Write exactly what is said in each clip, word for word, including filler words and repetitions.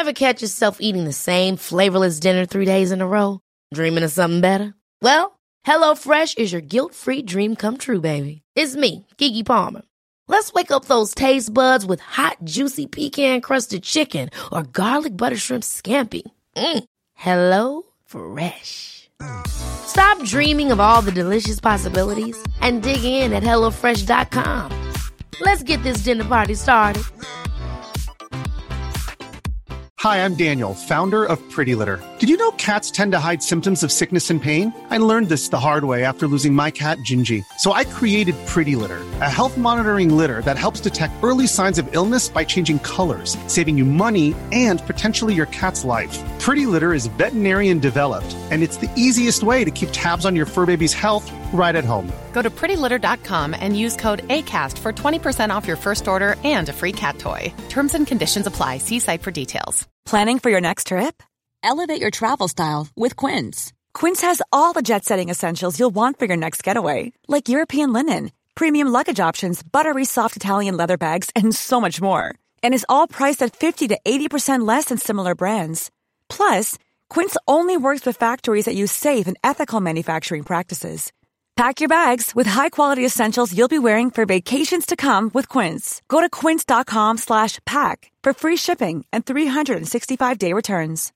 Ever catch yourself eating the same flavorless dinner three days in a row? Dreaming of something better? Well, HelloFresh is your guilt-free dream come true, baby. It's me, Keke Palmer. Let's wake up those taste buds with hot, juicy pecan-crusted chicken or garlic butter shrimp scampi. Mm. Hello Fresh. Stop dreaming of all the delicious possibilities and dig in at hello fresh dot com. Let's get this dinner party started. Hi, I'm Daniel, founder of Pretty Litter. Did you know cats tend to hide symptoms of sickness and pain? I learned this the hard way after losing my cat, Gingy. So I created Pretty Litter, a health monitoring litter that helps detect early signs of illness by changing colors, saving you money and potentially your cat's life. Pretty Litter is veterinarian developed, and it's the easiest way to keep tabs on your fur baby's health right at home. Go to pretty litter dot com and use code ACAST for twenty percent off your first order and a free cat toy. Terms and conditions apply. See site for details. Planning for your next trip? Elevate your travel style with Quince. Quince has all the jet-setting essentials you'll want for your next getaway, like European linen, premium luggage options, buttery soft Italian leather bags, and so much more. And is all priced at fifty to eighty percent less than similar brands. Plus, Quince only works with factories that use safe and ethical manufacturing practices. Pack your bags with high-quality essentials you'll be wearing for vacations to come with Quince. Go to quince dot com slash pack for free shipping and three sixty-five day returns.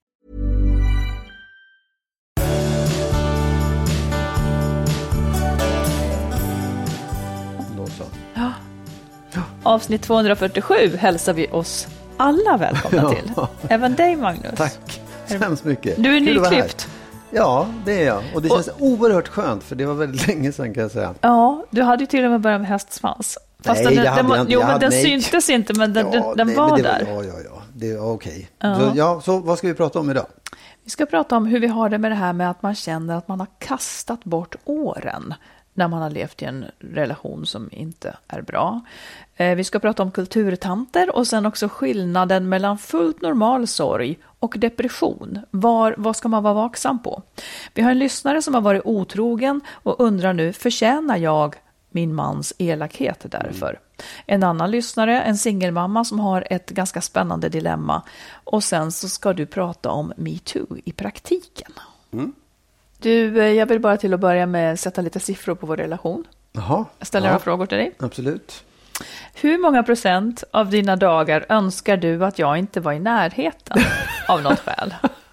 Ja. Avsnitt tvåhundrafyrtiosju hälsar vi oss alla välkomna till. Även dig, Magnus. Tack så hemskt mycket. Du är nyklippt. Ja, det är jag. Och det känns och, oerhört skönt, för det var väldigt länge sedan, kan jag säga. Ja, du hade ju till och med börjat med hästsvans. Fast nej, den, det hade den, jag inte. Jo, jag men hade, den nej. syntes inte, men den, ja, den nej, var det där. Var, ja, ja, ja. Det var okej. Ja. Så, ja, så vad ska vi prata om idag? Vi ska prata om hur vi har det med det här med att man känner att man har kastat bort åren när man har levt i en relation som inte är bra. Eh, vi ska prata om kulturtanter och sen också skillnaden mellan fullt normal sorg och depression. Var, vad ska man vara vaksam på? Vi har en lyssnare som har varit otrogen och undrar nu, förtjänar jag min mans elakhet därför? Mm. En annan lyssnare, en singelmamma som har ett ganska spännande dilemma. Och sen så ska du prata om Me Too i praktiken. Mm. Du, jag vill bara till att börja med sätta lite siffror på vår relation. Jaha. Jag ställer ja. några frågor till dig. Absolut. Hur många procent av dina dagar önskar du att jag inte var i närheten av något skäl?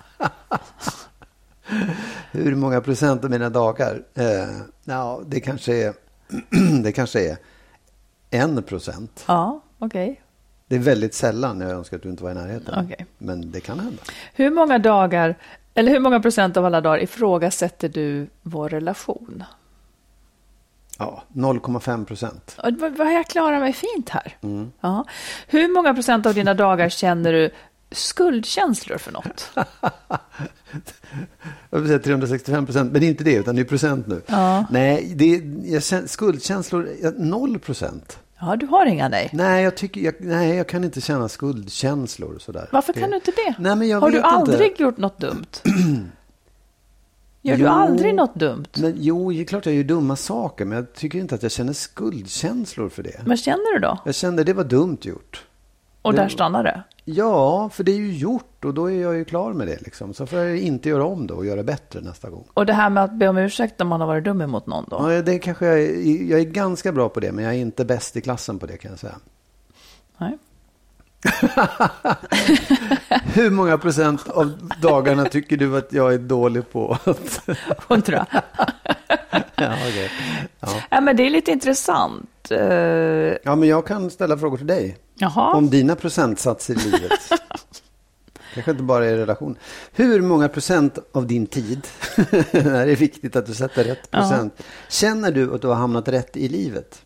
Hur många procent av mina dagar? Eh, ja, det kanske är det kanske är en procent. Ja, okej. Okay. Det är väldigt sällan jag önskar att du inte var i närheten. Okay. Men det kan hända. Hur många dagar, eller hur många procent av alla dagar ifrågasätter du vår relation? Ja, noll komma fem procent. Vad jag klarar mig fint här. Mm. Ja. Hur många procent av dina dagar känner du skuldkänslor för något? Jag vill säga trehundrasextiofem procent, men det är inte det, utan det är procent nu. Ja. Nej, det är, jag känner, skuldkänslor, noll procent. Ja, du har inga nej. Nej, jag tycker jag, nej, jag kan inte känna skuldkänslor och sådär. Varför det, kan du inte det? Nej, men jag har vet du aldrig inte. gjort något dumt? Gör jo, du aldrig något dumt? Men, jo, det är klart jag gör dumma saker, men jag tycker inte att jag känner skuldkänslor för det. Vad känner du då? Jag kände det var dumt gjort. Och det, där stannar det? Ja, för det är ju gjort och då är jag ju klar med det. Liksom. Så får jag inte göra om det och göra bättre nästa gång. Och det här med att be om ursäkt om man har varit dum emot någon då? Ja, det kanske jag, är, jag är ganska bra på det, men jag är inte bäst i klassen på det, kan jag säga. Nej. Hur många procent av dagarna tycker du att jag är dålig på? Hundra. Ja, okay. Ja. Ja, men det är lite intressant. Ja, men jag kan ställa frågor till dig. Jaha. Om dina procentsatser i livet. Kanske inte bara i relation. Hur många procent av din tid, det är viktigt att du sätter rätt procent, ja. Känner du att du har hamnat rätt i livet?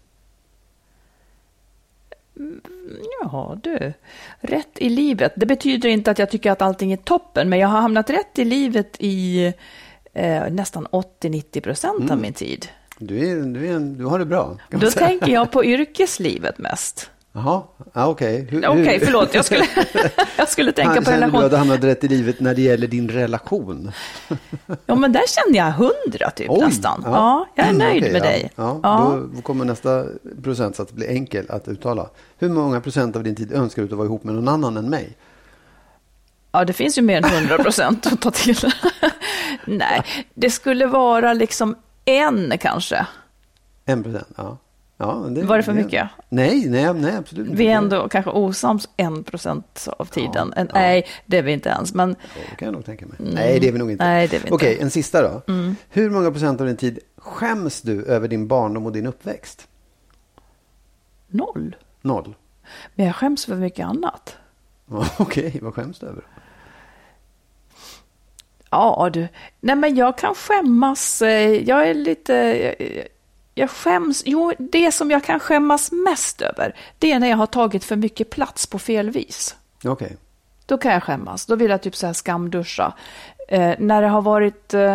Ja, du. Rätt i livet. Det betyder inte att jag tycker att allting är toppen, men jag har hamnat rätt i livet i eh, nästan åttio till nittio procent mm. av min tid. Du, är, du, är en, du har det bra. Då tänker jag på yrkeslivet mest. Jaha, ah, okej. Okay. Okej, okay, förlåt. Jag skulle, jag skulle tänka Han, på relation. Känner du att du hamnat rätt i livet när det gäller din relation? Ja, men där känner jag hundra typ. Oj, nästan. Ja. ja, jag är nöjd okay, med ja. dig. Ja, ja. Då kommer nästa procent att bli enkel att uttala. Hur många procent av din tid önskar du att du var ihop med någon annan än mig? Ja, det finns ju mer än hundra procent att ta till. Nej, det skulle vara liksom en kanske. En procent, ja. Ja, det, var det för det, mycket? Nej, nej, nej, absolut inte. Vi är ändå kanske osams en procent av tiden. Ja, en, ja. Nej, det är vi inte ens. Men... Ja, det kan jag nog tänka mig. Mm. Nej, det är vi nog inte. Nej, det är vi inte. Okej, en sista då. Mm. Hur många procent av din tid skäms du över din barndom och din uppväxt? Noll. Noll. Men jag skäms för mycket annat. Ja, okej, vad skäms du över? Ja, du. Nej, men jag kan skämmas. Jag är lite... Jag, jag skäms... Jo, det som jag kan skämmas mest över, det är när jag har tagit för mycket plats på fel vis. Okej. Okay. Då kan jag skämmas. Då vill jag typ så här skamduscha. Eh, när det har varit... Eh,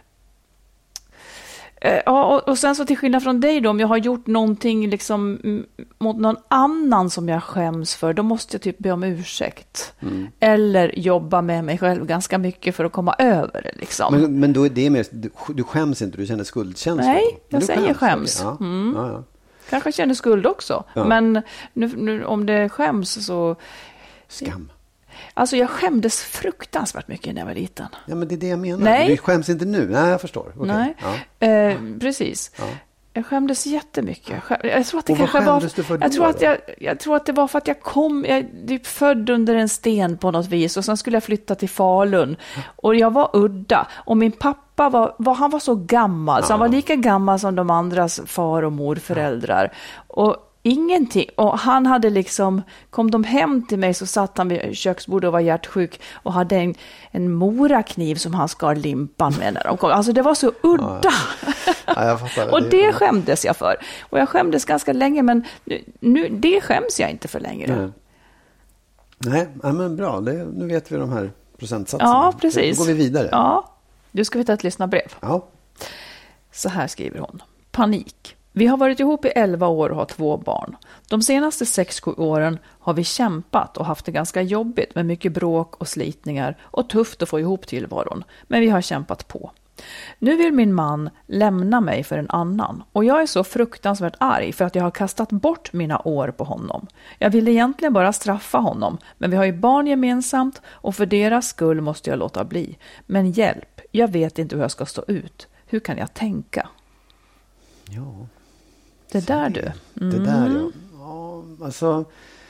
Ja, och, och sen så till skillnad från dig då, om jag har gjort någonting liksom m- mot någon annan som jag skäms för, då måste jag typ be om ursäkt. Mm. Eller jobba med mig själv ganska mycket för att komma över det liksom. Men, men då är det mer, du, du skäms inte, du känner skuldkänsla? Nej, jag du säger skäms. skäms. Ja. Mm. Ja, ja. Kanske känner skuld också. Ja. Men nu, nu, om det skäms så... Skam. Alltså jag skämdes fruktansvärt mycket när jag var liten. Ja, men det är det jag menar. Nej. Du skäms inte nu. Nej, jag förstår. Okay. Nej, ja. eh, precis. Ja. Jag skämdes jättemycket. Jag tror att det och kanske var... Du för jag, då, tror att jag, jag tror att det var för att jag kom... Jag är typ född under en sten på något vis. Och sen skulle jag flytta till Falun. Och jag var udda. Och min pappa var... var han var så gammal. Ja. Så han var lika gammal som de andras far- och morföräldrar. Och... Ingenting. Och han hade liksom, kom de hem till mig så satt han vid köksbordet och var hjärtsjuk och hade en, en morakniv som han skar limpan med när de kom. Alltså det var så udda. Ja, ja, jag fattar. Och det skämdes jag för. Och jag skämdes ganska länge, men nu, nu det skäms jag inte för längre. Mm. Nej, ja, men bra. Det, nu vet vi de här procentsatserna. Ja, precis. Då går vi vidare. Ja, du ska vi ta ett lyssnarbrev. Ja. Så här skriver hon. Panik. Vi har varit ihop i elva år och har två barn. De senaste sex sju åren har vi kämpat och haft det ganska jobbigt med mycket bråk och slitningar och tufft att få ihop tillvaron. Men vi har kämpat på. Nu vill min man lämna mig för en annan och jag är så fruktansvärt arg för att jag har kastat bort mina år på honom. Jag vill egentligen bara straffa honom, men vi har ju barn gemensamt och för deras skull måste jag låta bli. Men hjälp, jag vet inte hur jag ska stå ut. Hur kan jag tänka? Ja... Det där du. Mm. Det där, ja. Ja, alltså,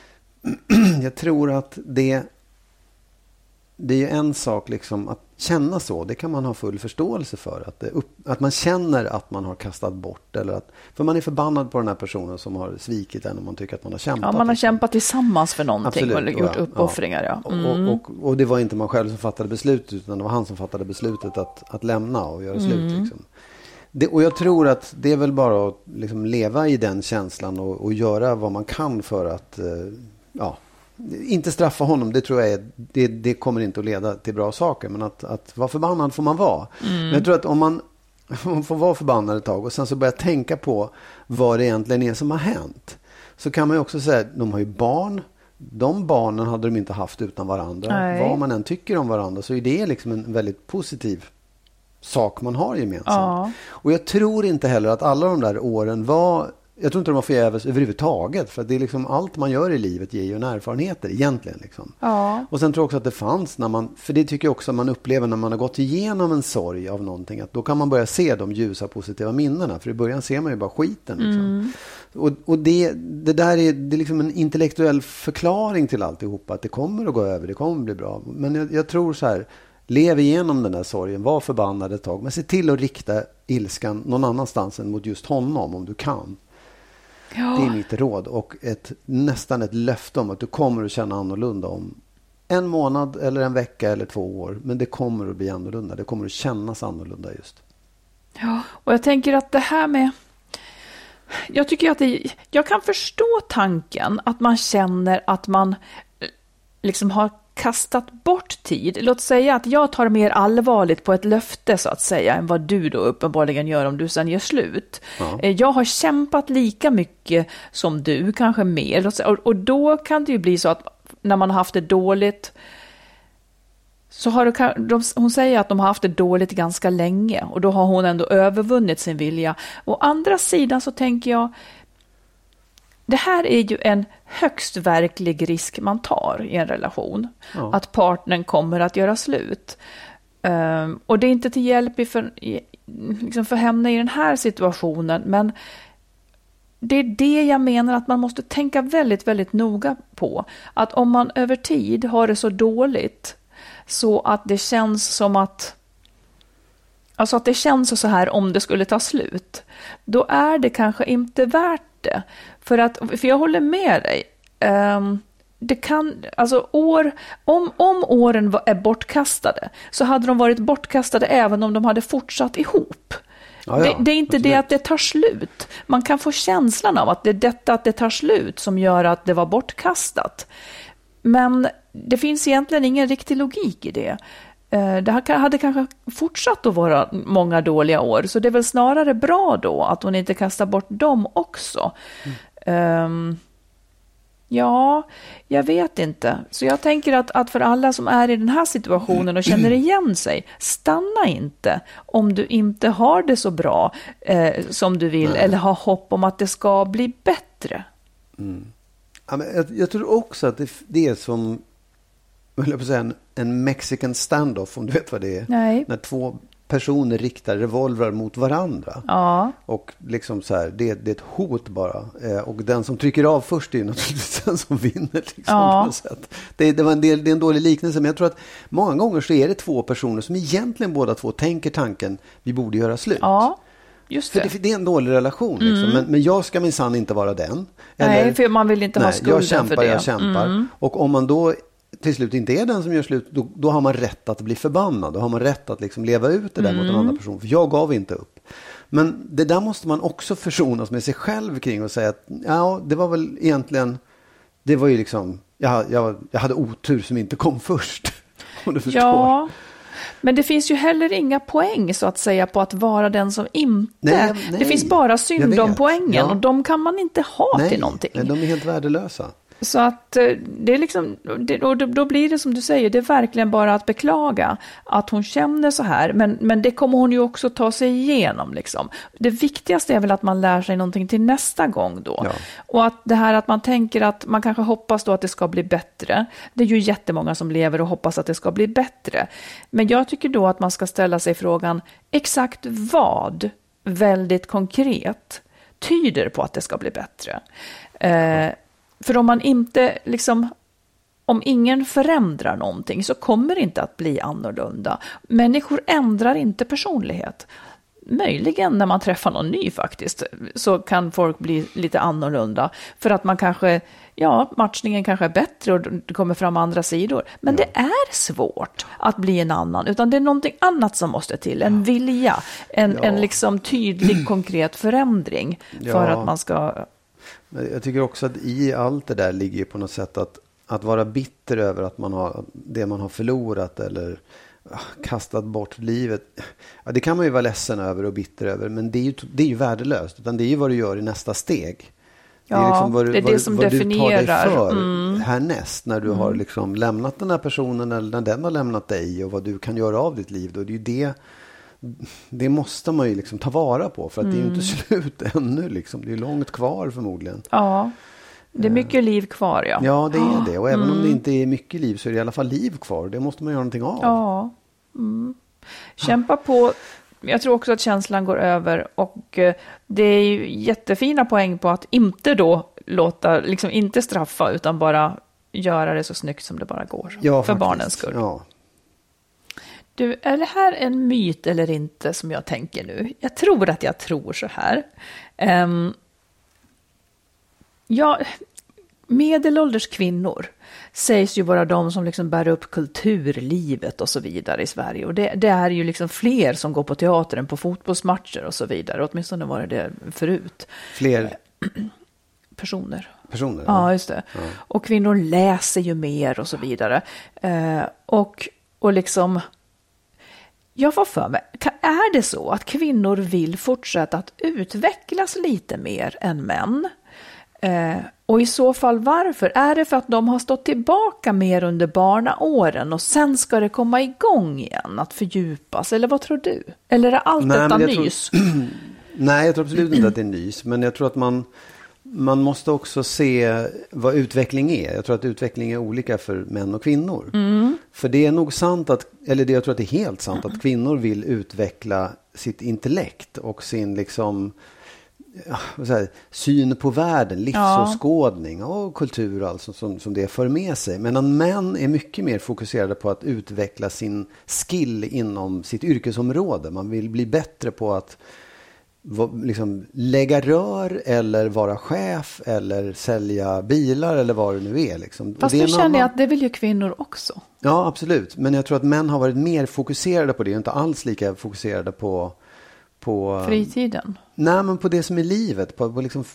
jag tror att det, det är en sak liksom att känna så. Det kan man ha full förståelse för. Att, det upp, att man känner att man har kastat bort. Eller att, för man är förbannad på den här personen som har svikit en och man tycker att man har kämpat. Ja, man har liksom. kämpat tillsammans för någonting. Absolut, och gjort ja, uppoffringar. Ja. Ja. Mm. Och, och, och det var inte man själv som fattade beslutet utan det var han som fattade beslutet att, att lämna och göra slut. Mm. Liksom. Det, och jag tror att det är väl bara att liksom leva i den känslan och, och göra vad man kan för att eh, ja, inte straffa honom. Det tror jag är, det, det kommer inte att leda till bra saker. Men att, att vara förbannad får man vara. Mm. Men jag tror att om man, om man får vara förbannad ett tag och sen så börja tänka på vad det egentligen är som har hänt. Så kan man ju också säga att de har ju barn. De barnen hade de inte haft utan varandra. Nej. Vad man än tycker om varandra så är det liksom en väldigt positiv sak man har gemensamt. Ja. Och jag tror inte heller att alla de där åren var, jag tror inte de var förgäves överhuvudtaget, för att det är liksom allt man gör i livet ger ju en erfarenheter egentligen liksom. Ja. Och sen tror jag också att det fanns när man, för det tycker jag också man upplever när man har gått igenom en sorg av någonting, att då kan man börja se de ljusa positiva minnena, för i början ser man ju bara skiten liksom. Mm. Och, och det, det där är, det är liksom en intellektuell förklaring till alltihopa, att det kommer att gå över, det kommer att bli bra. Men jag, jag tror så här, lev igenom den där sorgen, var förbannad ett tag. Men se till att rikta ilskan någon annanstans än mot just honom om du kan. Ja. Det är mitt råd. Och ett, nästan ett löfte om att du kommer att känna annorlunda om en månad eller en vecka eller två år. Men det kommer att bli annorlunda. Det kommer att kännas annorlunda just. Ja, och jag tänker att det här med... Jag tycker att det, jag kan förstå tanken att man känner att man liksom har kastat bort tid. Låt säga att jag tar mer allvarligt på ett löfte så att säga än vad du då uppenbarligen gör om du sen gör slut. Ja. Jag har kämpat lika mycket som du, kanske mer. Och då kan det ju bli så att när man har haft det dåligt så har det, hon säger att de har haft det dåligt ganska länge och då har hon ändå övervunnit sin vilja. Å andra sidan så tänker jag, det här är ju en högst verklig risk man tar i en relation. Ja. Att partnern kommer att göra slut. Um, och det är inte till hjälp för, liksom för henne i den här situationen, men det är det jag menar att man måste tänka väldigt, väldigt noga på. Att om man över tid har det så dåligt så att det känns som att alltså att det känns så här om det skulle ta slut, då är det kanske inte värt det. För att, för jag håller med dig. Um, det kan, alltså år, om, om åren var, är bortkastade så hade de varit bortkastade även om de hade fortsatt ihop. Ja, ja, det, det är inte absolut. Det att det tar slut. Man kan få känslan av att det är detta att det tar slut som gör att det var bortkastat. Men det finns egentligen ingen riktig logik i det. Det hade kanske fortsatt att vara många dåliga år, så det är väl snarare bra då att hon inte kastar bort dem också. Mm. Um, ja, jag vet inte. Så jag tänker att, att för alla som är i den här situationen och känner igen sig, stanna inte om du inte har det så bra eh, som du vill. Nej. Eller har hopp om att det ska bli bättre. Mm. Ja, men jag, jag tror också att det, det är som jag på säga, en, en Mexican standoff, om du vet vad det är. Nej. När två personer riktar revolvrar mot varandra. Ja. Och liksom så här, det, det är ett hot bara. Eh, och den som trycker av först är ju naturligtvis den som vinner. Liksom, ja. på något sätt. Det, det, var en del, det är en dålig liknelse, men jag tror att många gånger så är det två personer som egentligen båda två tänker tanken, vi borde göra slut. Ja. Just det. För det, det är en dålig relation. Liksom. Mm. Men, men jag ska minsann inte vara den. Eller, nej, för man vill inte nej, ha skulden jag kämpar, för det. Jag kämpar. Mm. Och om man då till slut inte är den som gör slut, då, då har man rätt att bli förbannad. Då har man rätt att liksom leva ut det där mm. mot en annan person. För jag gav inte upp. Men det där måste man också försonas med sig själv kring och säga att ja, det var väl egentligen, det var ju liksom, jag, jag, jag hade otur som inte kom först. Om du förstår. Ja. Men det finns ju heller inga poäng så att säga på att vara den som inte... Nej, nej, det finns bara syndompoängen ja. Och de kan man inte ha nej, till någonting. Nej, de är helt värdelösa. Så att det är liksom, det, och då blir det som du säger, det är verkligen bara att beklaga att hon känner så här. Men, men det kommer hon ju också ta sig igenom liksom. Det viktigaste är väl att man lär sig någonting till nästa gång då. Ja. Och att det här att man tänker att man kanske hoppas då att det ska bli bättre. Det är ju jättemånga som lever och hoppas att det ska bli bättre. Men jag tycker då att man ska ställa sig frågan, exakt vad väldigt konkret tyder på att det ska bli bättre? Eh, För om man inte liksom, om ingen förändrar någonting så kommer det inte att bli annorlunda. Människor ändrar inte personlighet. Möjligen när man träffar någon ny faktiskt så kan folk bli lite annorlunda. För att man kanske, ja, matchningen kanske är bättre och det kommer fram andra sidor. Men ja. Det är svårt att bli en annan. Utan det är någonting annat som måste till. En vilja, en, ja. en liksom tydlig konkret förändring för ja. att man ska... Jag tycker också att i allt det där ligger på något sätt att, att vara bitter över att man har det man har förlorat eller kastat bort livet. Ja, det kan man ju vara ledsen över och bitter över, men det är ju, det är ju värdelöst. Utan det är ju vad du gör i nästa steg. Ja, det är, liksom vad, det, är det vad, som vad definierar. Du tar dig för mm. härnäst när du mm. har liksom lämnat den här personen eller när den har lämnat dig och vad du kan göra av ditt liv. Då det är ju det... Det måste man ju liksom ta vara på för att mm. det är ju inte slut ännu liksom. Det är långt kvar förmodligen. Ja, det är mycket liv kvar ja. Ja, det är det. Och även mm. om det inte är mycket liv så är det i alla fall liv kvar. Det måste man göra någonting av. Ja. Mm. Kämpa på. Jag tror också att känslan går över och det är ju jättefina poäng på att inte då låta, liksom inte straffa utan bara göra det så snyggt som det bara går. Ja, för faktiskt. Barnens skull. Ja. Du, är det här en myt eller inte som jag tänker nu? Jag tror att jag tror så här. Um, ja, medelålders kvinnor sägs ju vara de som liksom bär upp kulturlivet och så vidare i Sverige. Och det, det är ju liksom fler som går på teater än på fotbollsmatcher och så vidare. Åtminstone var det det förut. Fler personer. Personer? Ja, ja just det. Ja. Och kvinnor läser ju mer och så vidare. Uh, och, och liksom... Jag får för mig, är det så att kvinnor vill fortsätta att utvecklas lite mer än män? Eh, och i så fall varför? Är det för att de har stått tillbaka mer under barnaåren och sen ska det komma igång igen, att fördjupas? Eller vad tror du? Eller är allt Nej, detta jag nys? Tror, nej, jag tror absolut inte att det är nys. Men jag tror att man, man måste också se vad utveckling är. Jag tror att utveckling är olika för män och kvinnor. Mm. För det är nog sant att, eller det, jag tror att det är helt sant mm. att kvinnor vill utveckla sitt intellekt och sin liksom ja, vad säger, syn på världen, livsåskådning ja. och kultur alltså, som, som det för med sig. Medan män är mycket mer fokuserade på att utveckla sin skill inom sitt yrkesområde. Man vill bli bättre på att liksom lägga rör eller vara chef eller sälja bilar eller vad det nu är. Liksom. Fast nu känner jag att det vill ju kvinnor också. Ja, absolut. Men jag tror att män har varit mer fokuserade på det. Inte alls lika fokuserade på... på fritiden? Nej, men på det som är livet. På, på liksom,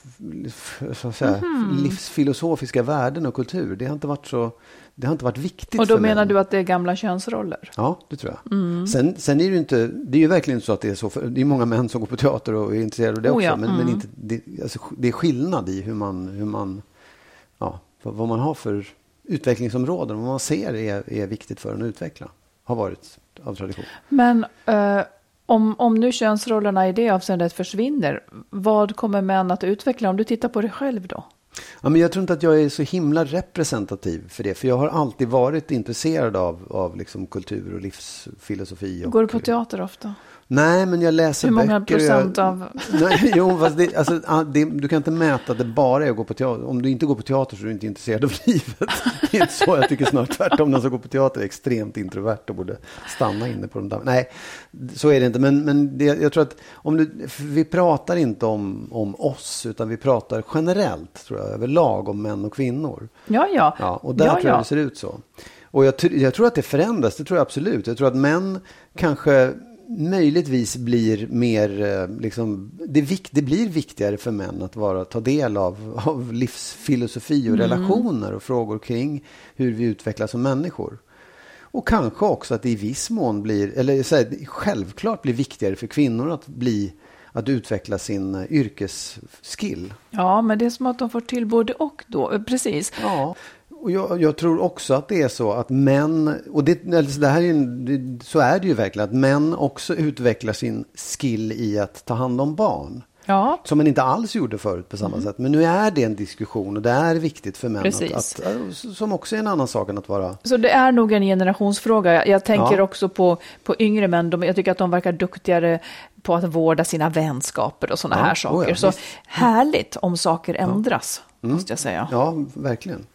så att säga, mm. livsfilosofiska värden och kultur. Det har inte varit så... Det har inte varit viktigt. Och då för menar män. Du att det är gamla könsroller? Ja, det tror jag. Mm. Sen, sen är det ju inte, det är ju verkligen så att det är så, för, det är många män som går på teater och är intresserade av det oh, också. Ja. Men, mm. men inte, det, alltså, det är skillnad i hur man, hur man ja, vad, vad man har för utvecklingsområden. Vad man ser är, är viktigt för en att utveckla. Har varit av tradition. Men uh, om, om nu könsrollerna i det avseendet försvinner, vad kommer män att utveckla om du tittar på dig själv då? Ja, men jag tror inte att jag är så himla representativ för det. För jag har alltid varit intresserad av, av liksom kultur och livsfilosofi. Och, går du på teater ofta? Nej, men jag läser böcker. Hur många böcker procent jag, av... Nej, jo, fast det, alltså, det, du kan inte mäta att det bara är att gå på teater. Om du inte går på teater så är du inte intresserad av livet. Det är inte så. Jag tycker snart tvärtom. Den som går på teater är extremt introvert och borde stanna inne på de där. Nej, så är det inte. Men, men det, jag tror att om du, vi pratar inte om, om oss utan vi pratar generellt tror jag, överlag om män och kvinnor. Ja, ja. ja och där ja, tror jag ja. det ser ut så. Och jag, jag tror att det förändras. Det tror jag absolut. Jag tror att män kanske... möjligtvis blir mer liksom, det, vik, det blir viktigare för män att vara, ta del av, av livsfilosofi och mm. relationer och frågor kring hur vi utvecklas som människor. Och kanske också att det i viss mån blir, eller så här, självklart blir viktigare för kvinnor att bli att utveckla sin yrkesskill. Ja, men det är som att de får till både och då, precis. Ja. Och jag, jag tror också att det är så att män, och det, det här är ju, det, så är det ju verkligen, att män också utvecklar sin skill i att ta hand om barn. Ja. Som man inte alls gjorde förut på samma mm. sätt. Men nu är det en diskussion och det är viktigt för män. Att, att, som också är en annan sak än att vara... Så det är nog en generationsfråga. Jag tänker ja. också på, på yngre män. De, jag tycker att de verkar duktigare på att vårda sina vänskaper och sådana ja. här saker. Oh ja, så visst. Härligt om saker ändras, ja. mm. måste jag säga. Ja, verkligen.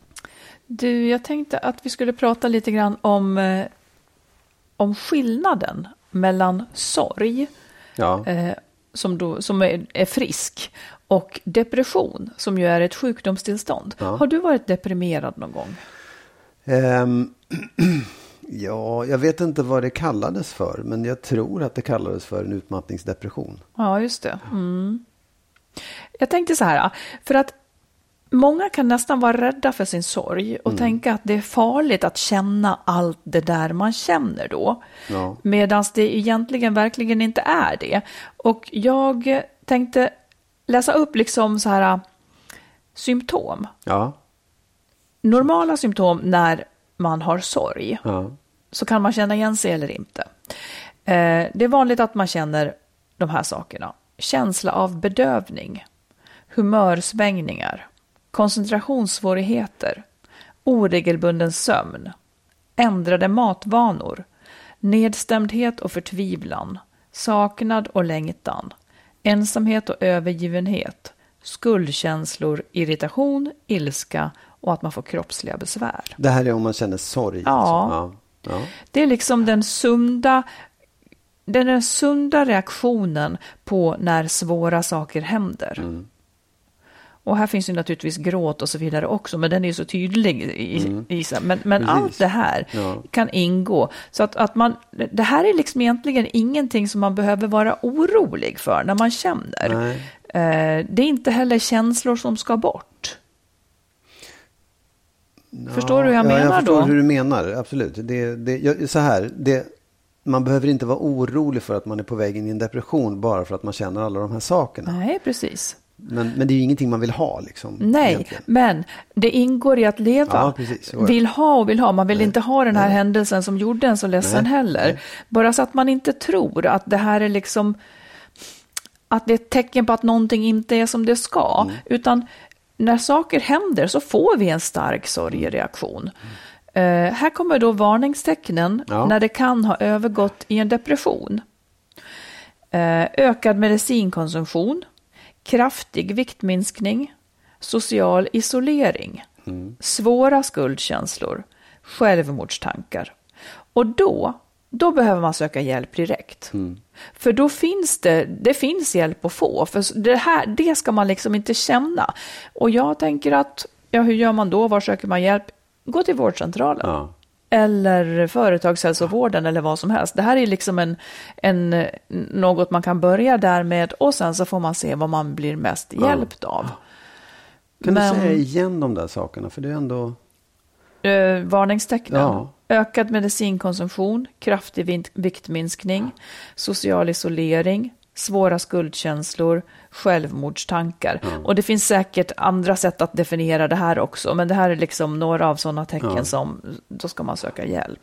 Du, jag tänkte att vi skulle prata lite grann om, eh, om skillnaden mellan sorg ja. eh, som, då, som är, är frisk och depression som ju är ett sjukdomstillstånd. Ja. Har du varit deprimerad någon gång? Um, ja, jag vet inte vad det kallades för, men jag tror att det kallades för en utmattningsdepression. Ja, just det. Mm. Jag tänkte så här, för att många kan nästan vara rädda för sin sorg och mm. tänka att det är farligt att känna allt det där man känner då. Ja. Medan det egentligen verkligen inte är det. Och jag tänkte läsa upp liksom så här symptom. Ja. Normala symptom när man har sorg. Ja. Så kan man känna igen sig eller inte. Eh, det är vanligt att man känner de här sakerna. Känsla av bedövning. Humörsvängningar. Koncentrationssvårigheter, oregelbunden sömn, ändrade matvanor, nedstämdhet och förtvivlan, saknad och längtan, ensamhet och övergivenhet, skuldkänslor, irritation, ilska och att man får kroppsliga besvär. Det här är om man känner sorg. Ja, alltså. ja. ja. Det är liksom den sunda, den, den sunda reaktionen på när svåra saker händer. Mm. Och här finns ju naturligtvis gråt och så vidare också, men den är ju så tydlig i, mm. i sig. Men, men allt det här ja. kan ingå. Så att, att man, det här är liksom egentligen ingenting som man behöver vara orolig för när man känner. Eh, det är inte heller känslor som ska bort. Ja, förstår du hur jag ja, menar då? Jag förstår då? hur du menar, absolut. Det, det, jag, så här, det, man behöver inte vara orolig för att man är på väg in i en depression bara för att man känner alla de här sakerna. Nej, precis. Men, men det är ju ingenting man vill ha. Liksom, Nej, egentligen. Men det ingår i att leva. Ja, precis, vill ha och vill ha. Man vill Nej. inte ha den här Nej. händelsen som gjorde en så ledsen Nej. heller. Nej. Bara så att man inte tror att det här är liksom... att det är ett tecken på att någonting inte är som det ska. Mm. Utan när saker händer så får vi en stark sorgereaktion. Mm. Uh, här kommer då varningstecknen ja. när det kan ha övergått i en depression. Uh, ökad medicinkonsumtion, kraftig viktminskning, social isolering, mm. svåra skuldkänslor, självmordstankar. Och då, då behöver man söka hjälp direkt. Mm. För då finns det, det finns hjälp att få. För det här, det ska man liksom inte känna. Och jag tänker att, ja, hur gör man då? Var söker man hjälp? Gå till vårdcentralen. Ja. Eller företagshälsovården eller vad som helst. Det här är liksom en, en, något man kan börja där med. Och sen så får man se vad man blir mest ja. hjälpt av. Kan Men, du säga igen de där sakerna? För det är ändå... Eh, varningstecknen. Ja. Ökad medicinkonsumtion, kraftig viktminskning, social isolering, svåra skuldkänslor, självmordstankar. Mm. Och det finns säkert andra sätt att definiera det här också. Men det här är liksom några av sådana tecken ja. som då ska man söka hjälp.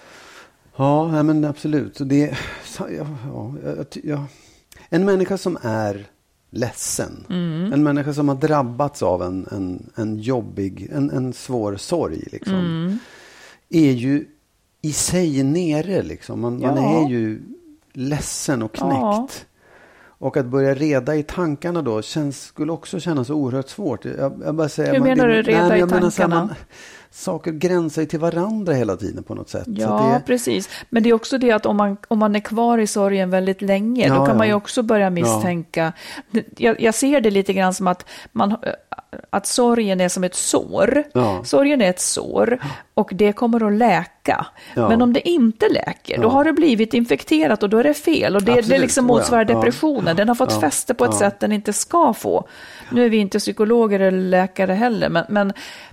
Ja, men absolut. Så det, ja, ja, ja. En människa som är ledsen. Mm. En människa som har drabbats av en, en, en jobbig, en, en svår sorg liksom. Mm. Är ju i sig nere liksom. Man, ja. man är ju ledsen och knäckt. Ja. Och att börja reda i tankarna då känns, skulle också kännas oerhört svårt. Jag, jag bara säger, Hur man, menar det, du reda nej, i jag tankarna? Menar, man, saker gränsar till varandra hela tiden på något sätt. Ja, så det, precis. Men det är också det att om man, om man är kvar i sorgen väldigt länge, ja, då kan ja. man ju också börja misstänka. Ja. Jag, jag ser det lite grann som att, man, att sorgen är som ett sår. Ja. Sorgen är ett sår och det kommer att läka. Ja. Men om det inte läker, ja. då har det blivit infekterat och då är det fel. Och det, det liksom motsvarar ja. depressionen. Den har fått ja. fäste på ett ja. sätt den inte ska få. Nu är vi inte psykologer eller läkare heller, men, men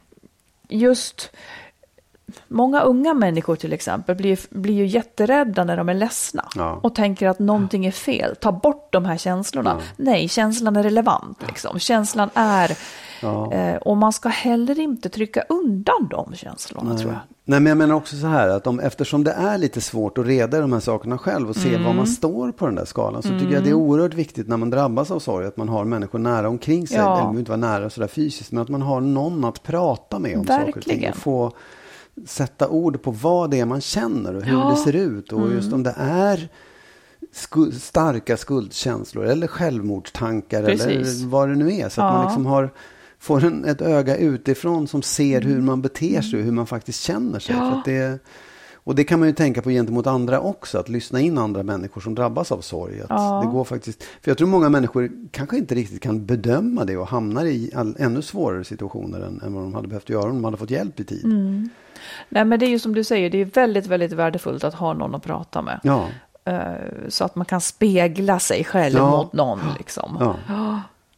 just många unga människor till exempel blir, blir ju jätterädda när de är ledsna ja. och tänker att någonting är fel. Ta bort de här känslorna. Ja. Nej, känslan är relevant. Liksom. Känslan är... Ja. Eh, och man ska heller inte trycka undan de känslorna, Nej. tror jag. Nej, men jag menar också så här att om, eftersom det är lite svårt att reda de här sakerna själv och se mm. var man står på den där skalan, så mm. tycker jag det är oerhört viktigt när man drabbas av sorg att man har människor nära omkring sig. Ja. Eller behöver inte vara nära sådär fysiskt, men att man har någon att prata med om Verkligen. saker och ting och få sätta ord på vad det är man känner och hur ja. det ser ut. Och mm. just om det är skuld, starka skuldkänslor eller självmordstankar Precis. eller vad det nu är. Så att ja. man liksom har, får en, ett öga utifrån som ser hur man beter sig och hur man faktiskt känner sig. Ja. För att det, och det kan man ju tänka på gentemot andra också. Att lyssna in andra människor som drabbas av sorg. Att ja. det går faktiskt, för jag tror många människor kanske inte riktigt kan bedöma det och hamnar i all, ännu svårare situationer än, än vad de hade behövt göra om de hade fått hjälp i tid. Mm. Nej, men det är ju som du säger, det är väldigt, väldigt värdefullt att ha någon att prata med. Ja. Uh, så att man kan spegla sig själv ja. mot någon. Liksom. Ja. Ja.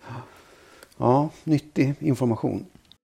ja, nyttig information.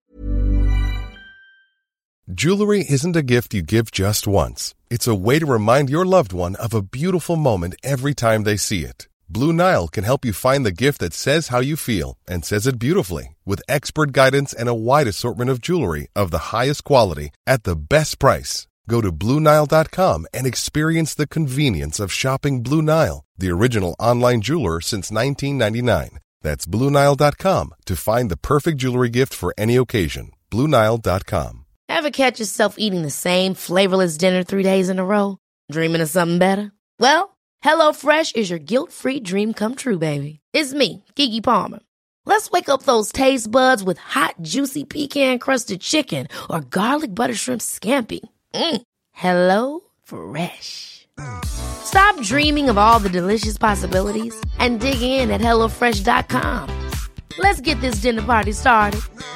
Jewelry isn't a gift you give just once. It's a way to remind your loved one of a beautiful moment every time they see it. Blue Nile can help you find the gift that says how you feel and says it beautifully, with expert guidance and a wide assortment of jewelry of the highest quality at the best price. Go to Blue Nile dot com and experience the convenience of shopping Blue Nile, the original online jeweler since nineteen ninety-nine. That's Blue Nile dot com to find the perfect jewelry gift for any occasion. Blue Nile dot com. Ever catch yourself eating the same flavorless dinner three days in a row? Dreaming of something better? Well, HelloFresh is your guilt-free dream come true, baby. It's me, Keke Palmer. Let's wake up those taste buds with hot, juicy pecan-crusted chicken or garlic butter shrimp scampi. Mm. Hello Fresh. Stop dreaming of all the delicious possibilities and dig in at hello fresh dot com. Let's get this dinner party started.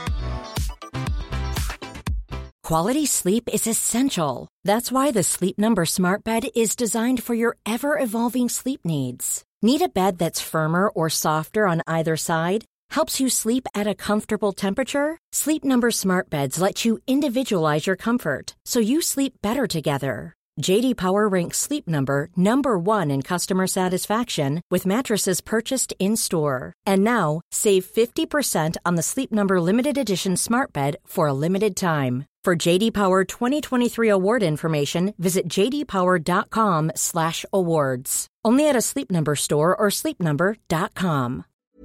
Quality sleep is essential. That's why the Sleep Number Smart Bed is designed for your ever-evolving sleep needs. Need a bed that's firmer or softer on either side? Helps you sleep at a comfortable temperature? Sleep Number Smart Beds let you individualize your comfort so you sleep better together. J D Power ranks Sleep Number number one in customer satisfaction with mattresses purchased in-store. And now, save fifty percent on the Sleep Number Limited Edition Smart Bed for a limited time. For J D Power twenty twenty-three award information, visit j d power dot com slash awards. Only at a Sleep Number store or sleep number dot com.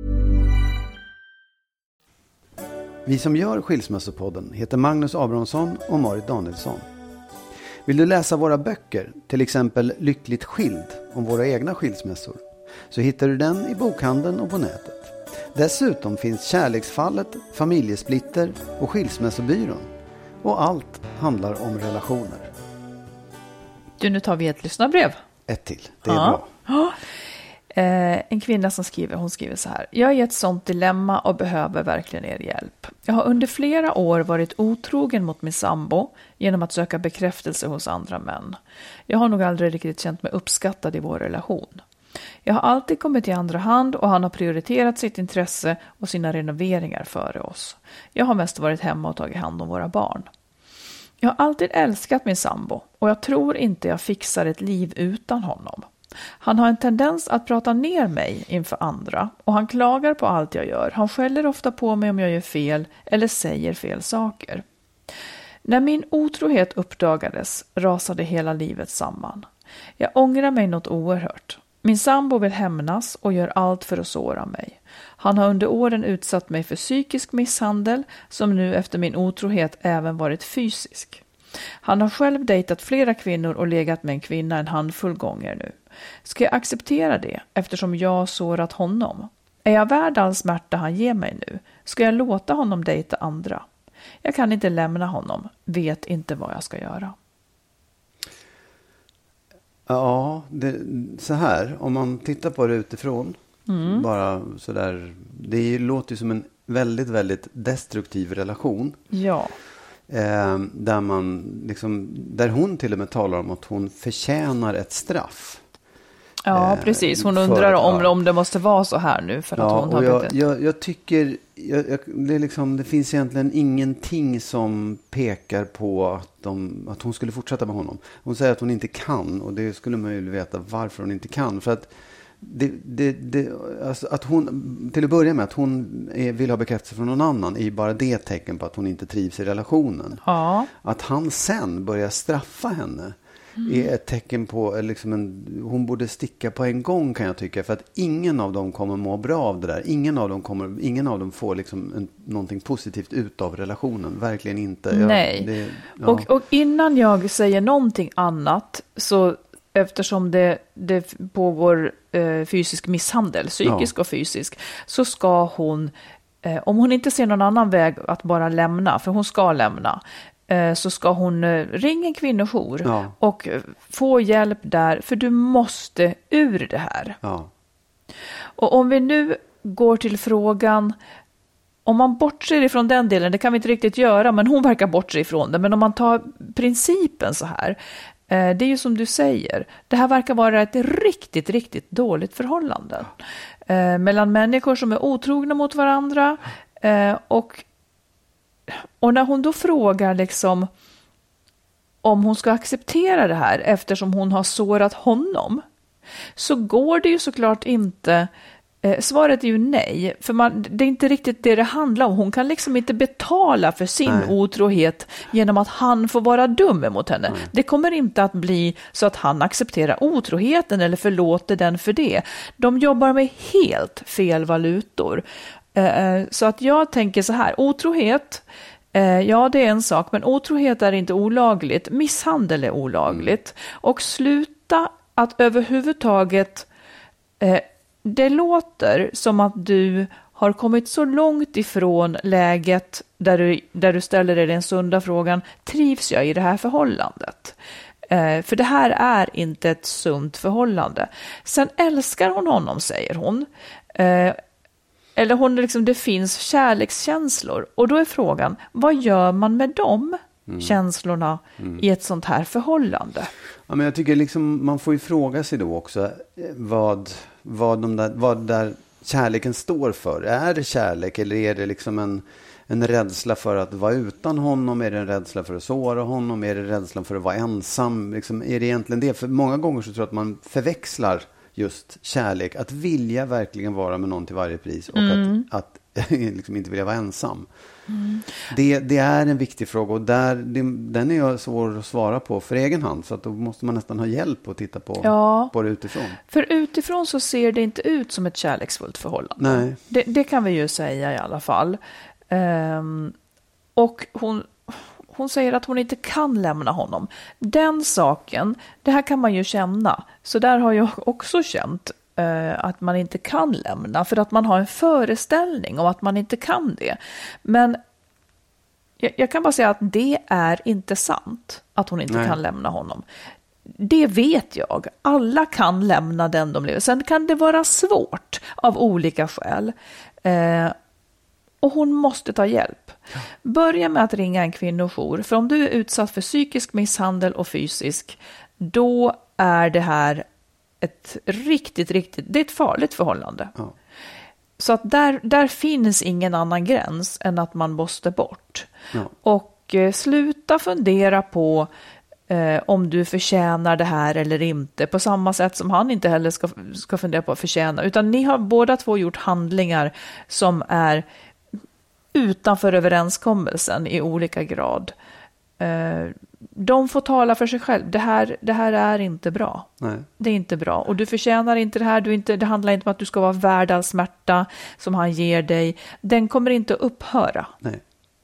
Vi som gör Skilsmässopodden heter Magnus Abrahamsson och Marit Danielsson. Vill du läsa våra böcker, till exempel Lyckligt skild om våra egna skilsmässor, så hittar du den i bokhandeln och på nätet. Dessutom finns Kärleksfallet, Familjesplitter och Skilsmässobyrån. Och allt handlar om relationer. Du, nu tar vi ett lyssnarbrev. Ett till, det är ja. bra. Ja. Eh, en kvinna som skriver, hon skriver så här: jag är i ett sånt dilemma och behöver verkligen er hjälp. Jag har under flera år varit otrogen mot min sambo genom att söka bekräftelse hos andra män. Jag har nog aldrig riktigt känt mig uppskattad i vår relation. Jag har alltid kommit i andra hand och han har prioriterat sitt intresse och sina renoveringar före oss. Jag har mest varit hemma och tagit hand om våra barn. Jag har alltid älskat min sambo och jag tror inte jag fixar ett liv utan honom. Han har en tendens att prata ner mig inför andra och han klagar på allt jag gör. Han skäller ofta på mig om jag gör fel eller säger fel saker. När min otrohet uppdagades rasade hela livet samman. Jag ångrar mig något oerhört. Min sambo vill hämnas och gör allt för att såra mig. Han har under åren utsatt mig för psykisk misshandel som nu efter min otrohet även varit fysisk. Han har själv dejtat flera kvinnor och legat med en kvinna en handfull gånger nu. Ska jag acceptera det eftersom jag har sårat honom? Är jag värd all smärta han ger mig nu? Ska jag låta honom dejta andra? Jag kan inte lämna honom. Vet inte vad jag ska göra. Ja, det, så här. Om man tittar på det utifrån. Mm. Bara så där. Det låter ju som en väldigt, väldigt destruktiv relation. Ja. Eh, där man liksom, där hon till och med talar om att hon förtjänar ett straff. Ja, precis. Hon undrar för, om, ja. om det måste vara så här nu. För att ja, hon har jag, blivit... jag, jag tycker jag, jag, det, är liksom, det finns egentligen ingenting som pekar på att, de, att hon skulle fortsätta med honom. Hon säger att hon inte kan, och det skulle man ju veta varför hon inte kan. För att det, det, det, alltså att hon, till att börja med att hon är, vill ha bekräftelse från någon annan är bara det tecken på att hon inte trivs i relationen. Ja. Att han sen börjar straffa henne Mm. är ett tecken på liksom en, hon borde sticka på en gång, kan jag tycka, för att ingen av dem kommer må bra av det där. Ingen av dem kommer, ingen av dem får liksom en, någonting positivt ut av relationen, verkligen inte. Nej. Jag, det, ja. och, och innan jag säger någonting annat, så eftersom det, det pågår eh, fysisk misshandel, psykisk ja. och fysisk, så ska hon, eh, om hon inte ser någon annan väg att bara lämna, för hon ska lämna, så ska hon ringa en kvinnojour ja. och få hjälp där, för du måste ur det här. Ja. Och om vi nu går till frågan, om man bortser ifrån den delen, det kan vi inte riktigt göra, men hon verkar bortse ifrån det, men om man tar principen så här, det är ju som du säger, det här verkar vara ett riktigt, riktigt dåligt förhållande ja. mellan människor som är otrogna mot varandra och Och när hon då frågar liksom om hon ska acceptera det här eftersom hon har sårat honom, så går det ju såklart inte. Eh, svaret är ju nej, för man, det är inte riktigt det det handlar om. Hon kan liksom inte betala för sin nej. otrohet genom att han får vara dum emot henne. Nej. Det kommer inte att bli så att han accepterar otroheten eller förlåter den för det. De jobbar med helt fel valutor. Eh, så att jag tänker så här, otrohet, eh, ja det är en sak, men otrohet är inte olagligt, misshandel är olagligt. Mm. Och sluta att överhuvudtaget, eh, det låter som att du har kommit så långt ifrån läget där du, där du ställer dig den sunda frågan, trivs jag i det här förhållandet? Eh, för det här är inte ett sunt förhållande. Sen älskar hon honom, säger hon. Eh, Eller hon liksom, det finns kärlekskänslor. Och då är frågan, vad gör man med de mm. känslorna mm. i ett sånt här förhållande? Ja, men jag tycker liksom, man får ju fråga sig då också vad, vad, de där, vad där kärleken står för. Är det kärlek eller är det liksom en, en rädsla för att vara utan honom? Är det en rädsla för att såra honom? Är det rädslan för att vara ensam? Liksom, är det egentligen det? För många gånger så tror jag att man förväxlar just kärlek. Att vilja verkligen vara med någon till varje pris. Och mm. att, att liksom inte vilja vara ensam. Mm. Det, det är en viktig fråga. Och där, det, den är jag svår att svara på för egen hand. Så att då måste man nästan ha hjälp att titta på, ja, på det utifrån. För utifrån så ser det inte ut som ett kärleksfullt förhållande. Nej. Det, det kan vi ju säga i alla fall. Um, och hon, hon säger att hon inte kan lämna honom. Den saken, det här kan man ju känna. Så där har jag också känt uh, att man inte kan lämna. För att man har en föreställning om att man inte kan det. Men jag, jag kan bara säga att det är inte sant att hon inte Nej. kan lämna honom. Det vet jag. Alla kan lämna den de lever. Sen kan det vara svårt av olika skäl. Uh, Och hon måste ta hjälp. Börja med att ringa en kvinnojour. För om du är utsatt för psykisk misshandel och fysisk, då är det här ett riktigt, riktigt, det är ett farligt förhållande. Ja. Så att där, där finns ingen annan gräns än att man måste bort. Ja. Och eh, sluta fundera på eh, om du förtjänar det här eller inte. På samma sätt som han inte heller ska, ska fundera på att förtjäna. Utan ni har båda två gjort handlingar som är utanför överenskommelsen i olika grad. De får tala för sig själv. Det här, det här är inte bra. Nej. Det är inte bra. Och du förtjänar inte det här. Du inte, det handlar inte om att du ska vara värd all smärta som han ger dig. Den kommer inte att upphöra. Nej.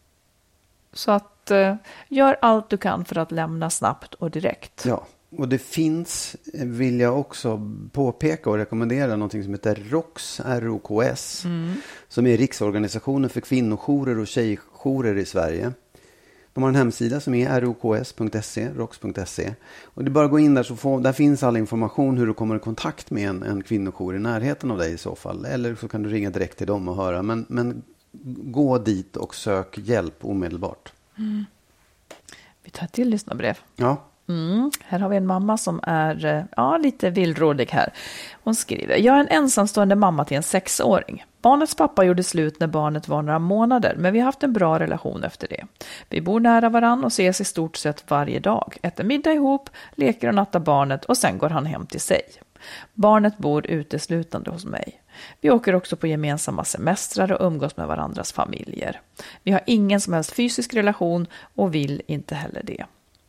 Så att uh, gör allt du kan för att lämna snabbt och direkt. Ja. Och det finns, vill jag också påpeka och rekommendera, någonting som heter R O K S, R O K S, mm. som är Riksorganisationen för kvinnojourer och tjejjourer i Sverige. De har en hemsida som är r o k s punkt s e, roks punkt s e. Och det är bara att gå in där, så får, där finns all information hur du kommer i kontakt med en, en kvinnojour i närheten av dig i så fall. Eller så kan du ringa direkt till dem och höra. Men, men gå dit och sök hjälp omedelbart. Mm. Vi tar till lyssnarbrev. Ja. Mm. Här har vi en mamma som är ja, lite villrådig här. Hon skriver: jag är en ensamstående mamma till en sexåring. Barnets pappa gjorde slut när barnet var några månader, men vi har haft en bra relation efter det. Vi bor nära varann och ses i stort sett varje dag. Äter middag ihop, leker och nattar barnet och sen går han hem till sig. Barnet bor uteslutande hos mig. Vi åker också på gemensamma semestrar och umgås med varandras familjer. Vi har ingen som helst fysisk relation och vill inte heller det.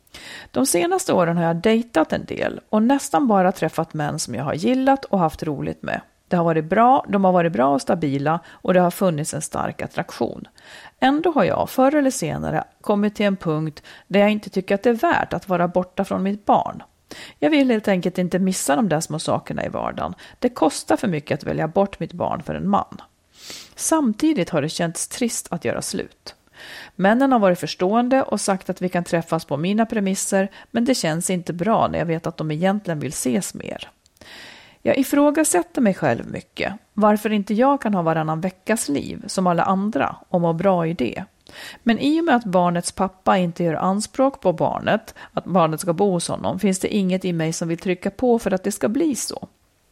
De senaste åren har jag dejtat en del och nästan bara träffat män som jag har gillat och haft roligt med. Det har varit bra, de har varit bra och stabila och det har funnits en stark attraktion. Ändå har jag förr eller senare kommit till en punkt där jag inte tycker att det är värt att vara borta från mitt barn. Jag vill helt enkelt inte missa de där små sakerna i vardagen. Det kostar för mycket att välja bort mitt barn för en man. Samtidigt har det känts trist att göra slut. Männen har varit förstående och sagt att vi kan träffas på mina premisser, men det känns inte bra när jag vet att de egentligen vill ses mer. Jag ifrågasätter mig själv mycket. Varför inte jag kan ha varannan veckas liv som alla andra och må bra i det. Men i och med att barnets pappa inte gör anspråk på barnet, att barnet ska bo hos honom, finns det inget i mig som vill trycka på för att det ska bli så.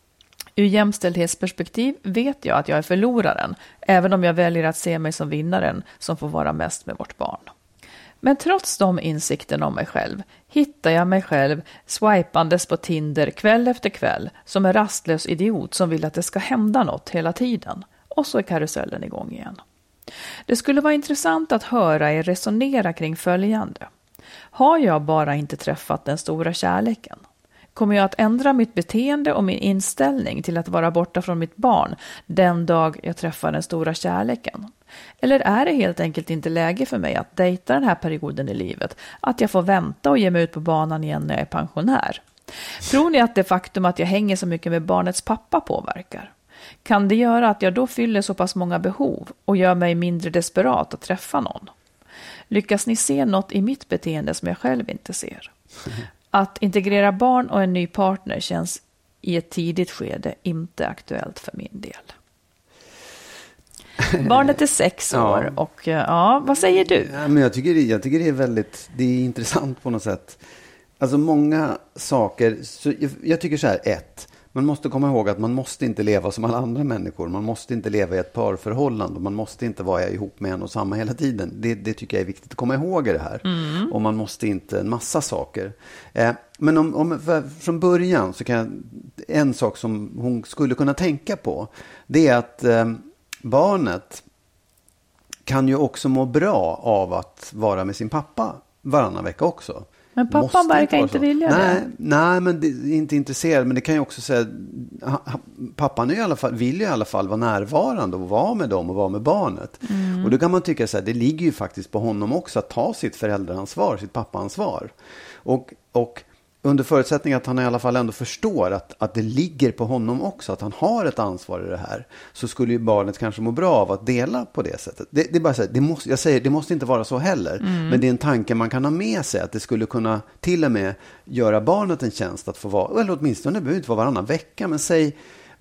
Ur jämställdhetsperspektiv vet jag att jag är förloraren, även om jag väljer att se mig som vinnaren som får vara mest med vårt barn. Men trots de insikterna om mig själv hittar jag mig själv swipandes på Tinder kväll efter kväll som en rastlös idiot som vill att det ska hända något hela tiden. Och så är karusellen igång igen. Det skulle vara intressant att höra er resonera kring följande. Har jag bara inte träffat den stora kärleken? Kommer jag att ändra mitt beteende och min inställning till att vara borta från mitt barn den dag jag träffar den stora kärleken? Eller är det helt enkelt inte läge för mig att dejta den här perioden i livet? Att jag får vänta och ge mig ut på banan igen när jag är pensionär? Tror ni att det faktum att jag hänger så mycket med barnets pappa påverkar? Kan det göra att jag då fyller så pass många behov och gör mig mindre desperat att träffa någon? Lyckas ni se något i mitt beteende som jag själv inte ser? Att integrera barn och en ny partner känns i ett tidigt skede inte aktuellt för min del. Barnet är sex år ja. och ja, vad säger du? Ja, men jag, tycker det, jag tycker det är väldigt det är intressant på något sätt. Alltså många saker, så jag, jag tycker så här, ett, man måste komma ihåg att man måste inte leva som alla andra människor. Man måste inte leva i ett parförhållande. Man måste inte vara ihop med en och samma hela tiden. Det, det tycker jag är viktigt att komma ihåg i det här. Mm. Och man måste inte en massa saker. Eh, men om, om, från början så kan jag, en sak som hon skulle kunna tänka på, det är att eh, barnet kan ju också må bra av att vara med sin pappa varannan vecka också. Men pappan verkar inte vilja nej, det. Nej, men det är inte intresserad. Men det kan ju också säga, pappan är i alla fall, vill ju i alla fall vara närvarande och vara med dem och vara med barnet. Mm. Och då kan man tycka så här, det ligger ju faktiskt på honom också att ta sitt föräldraansvar, sitt pappaansvar. Och, och under förutsättning att han i alla fall ändå förstår att, att det ligger på honom också, att han har ett ansvar i det här, så skulle ju barnet kanske må bra av att dela på det sättet. Det, det är bara så här, det måste, jag säger, det måste inte vara så heller, mm. men det är en tanke man kan ha med sig, att det skulle kunna till och med göra barnet en tjänst att få vara, eller åtminstone det behöver inte vara varannan vecka, men säg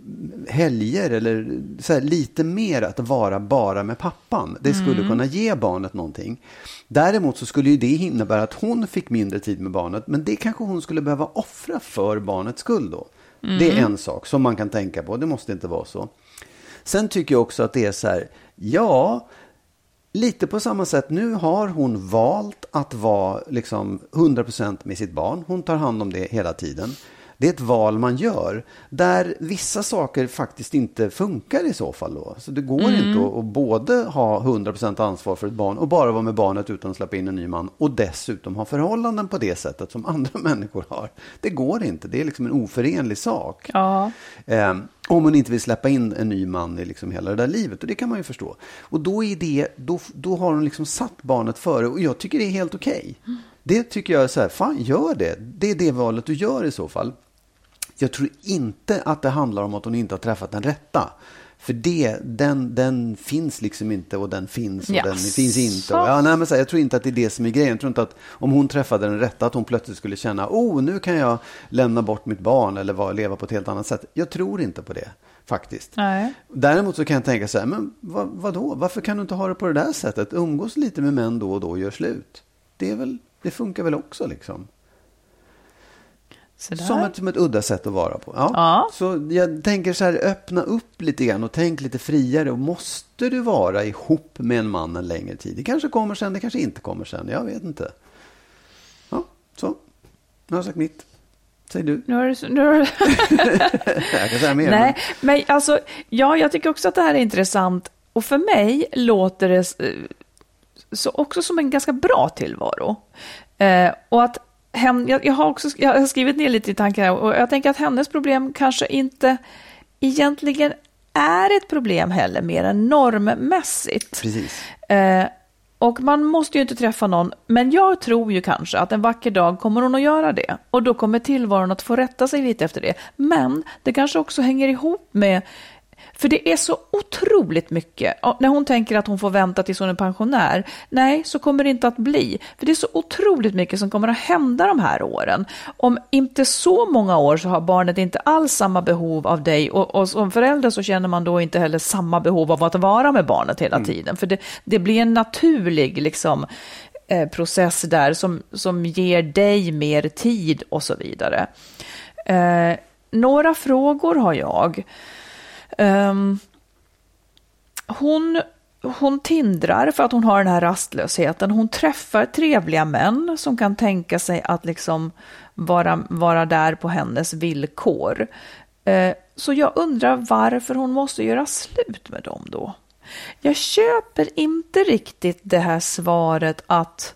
helger eller så här, lite mer att vara bara med pappan. Det skulle mm. kunna ge barnet någonting. Däremot så skulle ju det innebära att hon fick mindre tid med barnet, men det kanske hon skulle behöva offra för barnets skull då. Mm. Det är en sak som man kan tänka på. Det måste inte vara så. Sen tycker jag också att det är så här, ja, lite på samma sätt, nu har hon valt att vara liksom hundra procent med sitt barn. Hon tar hand om det hela tiden. Det är ett val man gör där vissa saker faktiskt inte funkar i så fall då. Så det går mm. inte att, att både ha hundra procent ansvar för ett barn och bara vara med barnet utan att släppa in en ny man och dessutom ha förhållanden på det sättet som andra människor har. Det går inte. Det är liksom en oförenlig sak. Ja. Eh, om man inte vill släppa in en ny man i liksom hela det där livet. Och det kan man ju förstå. Och då, är det, då, då har hon liksom satt barnet före. Och jag tycker det är helt okej. Okay. Mm. Det tycker jag är så här, fan gör det. Det är det valet du gör i så fall. Jag tror inte att det handlar om att hon inte har träffat den rätta. För det, den, den finns liksom inte och den finns och yes. den finns inte. Och, ja, nej, men så här, jag tror inte att det är det som är grejen. Jag tror inte att om hon träffade den rätta att hon plötsligt skulle känna, oh, nu kan jag lämna bort mitt barn eller var, leva på ett helt annat sätt. Jag tror inte på det faktiskt. Nej. Däremot så kan jag tänka så här, men vad, vadå? Varför kan du inte ha det på det där sättet? Umgås lite med män då och då och gör slut. Det, är väl, det funkar väl också liksom. Som ett, som ett udda sätt att vara på. Ja. Ja. Så jag tänker så här, öppna upp lite grann och tänk lite friare. Och måste du vara ihop med en man en längre tid? Det kanske kommer sen, det kanske inte kommer sen. Jag vet inte. Ja, så. Nu har jag sagt mitt. Säg du. Nu har du... Nu har du... jag kan säga mer. Nej, men... men alltså, ja, jag tycker också att det här är intressant. Och för mig låter det så också som en ganska bra tillvaro. Eh, och att Jag har också jag har skrivit ner lite i tankar och jag tänker att hennes problem kanske inte egentligen är ett problem heller mer än normmässigt. Precis. Eh, och man måste ju inte träffa någon, men jag tror ju kanske att en vacker dag kommer hon att göra det. Och då kommer tillvaron att få rätta sig lite efter det. Men det kanske också hänger ihop med... För det är så otroligt mycket. När hon tänker att hon får vänta tills hon är pensionär. Nej, så kommer det inte att bli. För det är så otroligt mycket som kommer att hända de här åren. Om inte så många år så har barnet inte alls samma behov av dig. Och, och som förälder så känner man då inte heller samma behov av att vara med barnet hela mm. tiden. För det, det blir en naturlig liksom, eh, process där som, som ger dig mer tid och så vidare. Eh, några frågor har jag. Um, hon, hon tindrar för att hon har den här rastlösheten. Hon träffar trevliga män som kan tänka sig att liksom vara, vara där på hennes villkor. Uh, så jag undrar varför hon måste göra slut med dem då. Jag köper inte riktigt det här svaret att,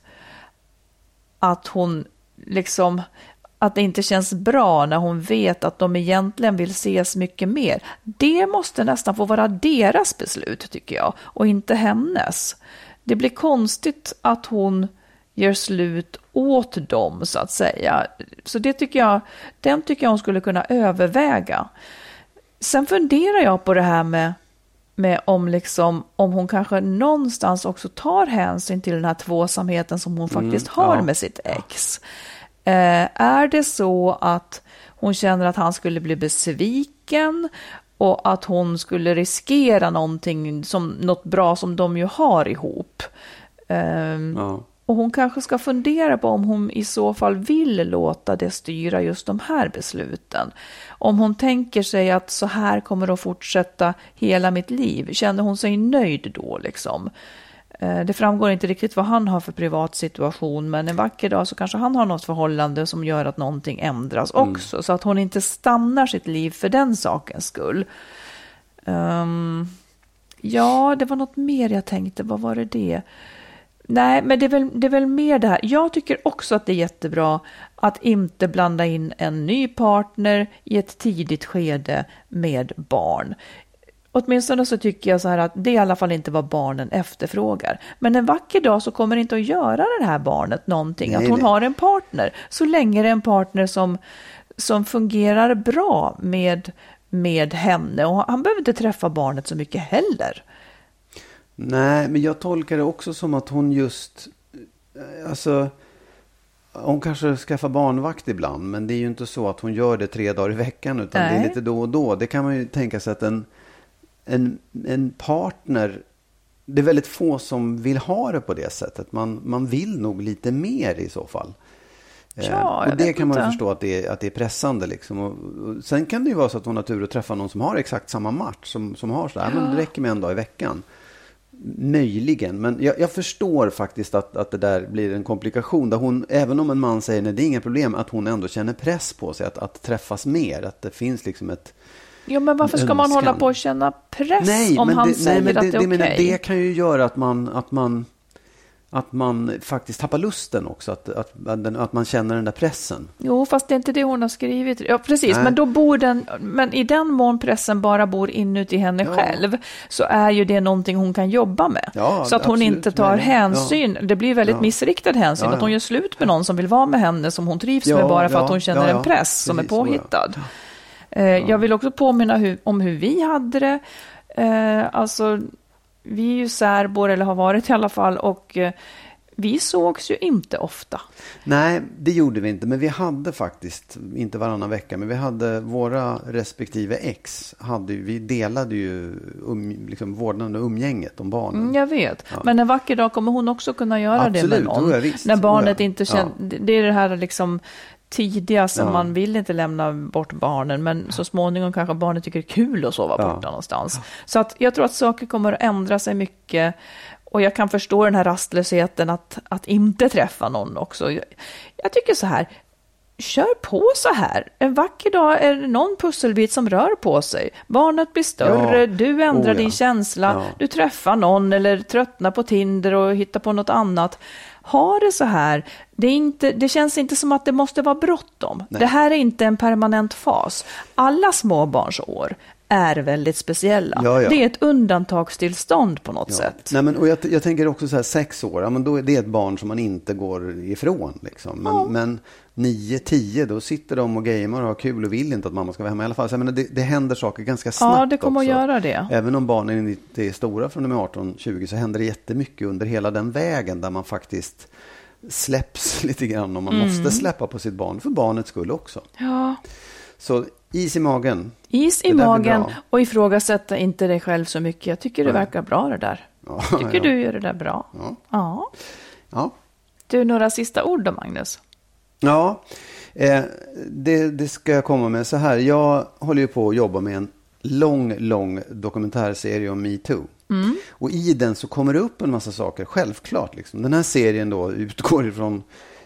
att hon liksom... att det inte känns bra när hon vet att de egentligen vill ses mycket mer. Det måste nästan få vara deras beslut tycker jag och inte hennes. Det blir konstigt att hon gör slut åt dem så att säga. Så det tycker jag, den tycker jag hon skulle kunna överväga. Sen funderar jag på det här med, med om, liksom, om hon kanske någonstans också tar hänsyn till den här tvåsamheten som hon faktiskt mm, har ja. med sitt ex. Eh, är det så att hon känner att han skulle bli besviken och att hon skulle riskera någonting som, något bra som de ju har ihop? Eh, ja. Och hon kanske ska fundera på om hon i så fall vill låta det styra just de här besluten. Om hon tänker sig att så här kommer det att fortsätta hela mitt liv. Känner hon sig nöjd då liksom? Det framgår inte riktigt vad han har för privat situation, men en vacker dag så kanske han har något förhållande som gör att någonting ändras också. Mm. Så att hon inte stannar sitt liv för den sakens skull. Um, ja, det var något mer jag tänkte. Vad var det det? Nej, men det är, väl, det är väl mer det här. Jag tycker också att det är jättebra att inte blanda in en ny partner i ett tidigt skede med barn. Åtminstone så tycker jag så här att det är i alla fall inte vad barnen efterfrågar. Men en vacker dag så kommer det inte att göra det här barnet någonting. Nej, att hon nej. har en partner. Så länge det är en partner som, som fungerar bra med, med henne. Och han behöver inte träffa barnet så mycket heller. Nej, men jag tolkar det också som att hon just... Alltså... Hon kanske skaffar barnvakt ibland. Men det är ju inte så att hon gör det tre dagar i veckan. Utan nej. det är lite då och då. Det kan man ju tänka sig att en... En, en partner, det är väldigt få som vill ha det på det sättet. Man, man vill nog lite mer i så fall. Ja, eh, och det kan man inte. förstå att det är, att det är pressande. Liksom. Och, och sen kan det ju vara så att hon har tur att träffa någon som har exakt samma match. Som, som har så här, ja. men det räcker med en dag i veckan. Möjligen, men jag, jag förstår faktiskt att, att det där blir en komplikation. Där hon, även om en man säger nej, det är inga problem, att hon ändå känner press på sig att, att träffas mer. Att det finns liksom ett... Ja, men varför ska man hålla på och känna press nej, om han det, säger nej, men att det, det är okej? Okay? Det kan ju göra att man, att man, att man faktiskt tappar lusten också. Att, att, att man känner den där pressen. Jo, fast det är inte det hon har skrivit. Ja, precis. Nej. Men då bor den, men i den mån pressen bara bor inuti henne ja. själv så är ju det någonting hon kan jobba med. Ja, så att hon absolut. inte tar nej, hänsyn. Ja. Det blir väldigt ja. missriktad hänsyn. Ja, ja. Att hon gör slut med någon som vill vara med henne som hon trivs ja, med bara för ja, att hon känner ja, ja. en press precis, som är påhittad. Så, ja. Jag vill också påminna hur, om hur vi hade det. Eh, alltså, vi är ju särbor, eller har varit i alla fall, och eh, vi sågs ju inte ofta. Nej, det gjorde vi inte, men vi hade faktiskt, inte varannan vecka, men vi hade våra respektive ex, hade, vi delade ju um, liksom vårdnande umgänget om barnen. Mm, jag vet, ja. Men en vacker dag kommer hon också kunna göra absolut, det med någon. Jag, visst, när barnet inte känner, ja. det är det här liksom... tidiga som ja. man vill inte lämna bort barnen, men så småningom kanske barnet tycker det är kul att sova borta ja. någonstans. Så att jag tror att saker kommer att ändra sig mycket, och jag kan förstå den här rastlösheten att, att inte träffa någon också. Jag, jag tycker så här, kör på så här. En vacker dag är det någon pusselbit som rör på sig. Barnet blir större, ja. du ändrar oh, din ja. känsla, ja. du träffar någon eller tröttnar på Tinder och hittar på något annat. Ha det så här. Det, är inte, det känns inte som att det måste vara bråttom. Nej. Det här är inte en permanent fas. Alla småbarnsår är väldigt speciella. Ja, ja. Det är ett undantagstillstånd på något ja. sätt. Nej, men, och jag, jag tänker också så här, sex år, ja, men då är det ett barn som man inte går ifrån. Liksom. Men, ja. men nio, tio, då sitter de och gamer och har kul och vill inte att mamma ska vara hemma i alla fall. Så jag menar, det, det händer saker ganska snabbt. Ja, det kommer också. att göra det. Även om barnen inte är stora från de är arton tjugo så händer det jättemycket under hela den vägen där man faktiskt släpps lite grann om man mm. måste släppa på sitt barn för barnets skull också. Ja. Så is i magen. Is i magen och ifrågasätta inte dig själv så mycket. Jag tycker det verkar bra det där. Ja, jag tycker ja. du gör det där bra. Ja. Ja. ja. Du, några sista ord då, Magnus? Ja, eh, det, det ska jag komma med så här. Jag håller ju på att jobba med en lång, lång dokumentärserie om MeToo. Mm. Och i den så kommer det upp en massa saker, självklart. Liksom. Den här serien då utgår ifrån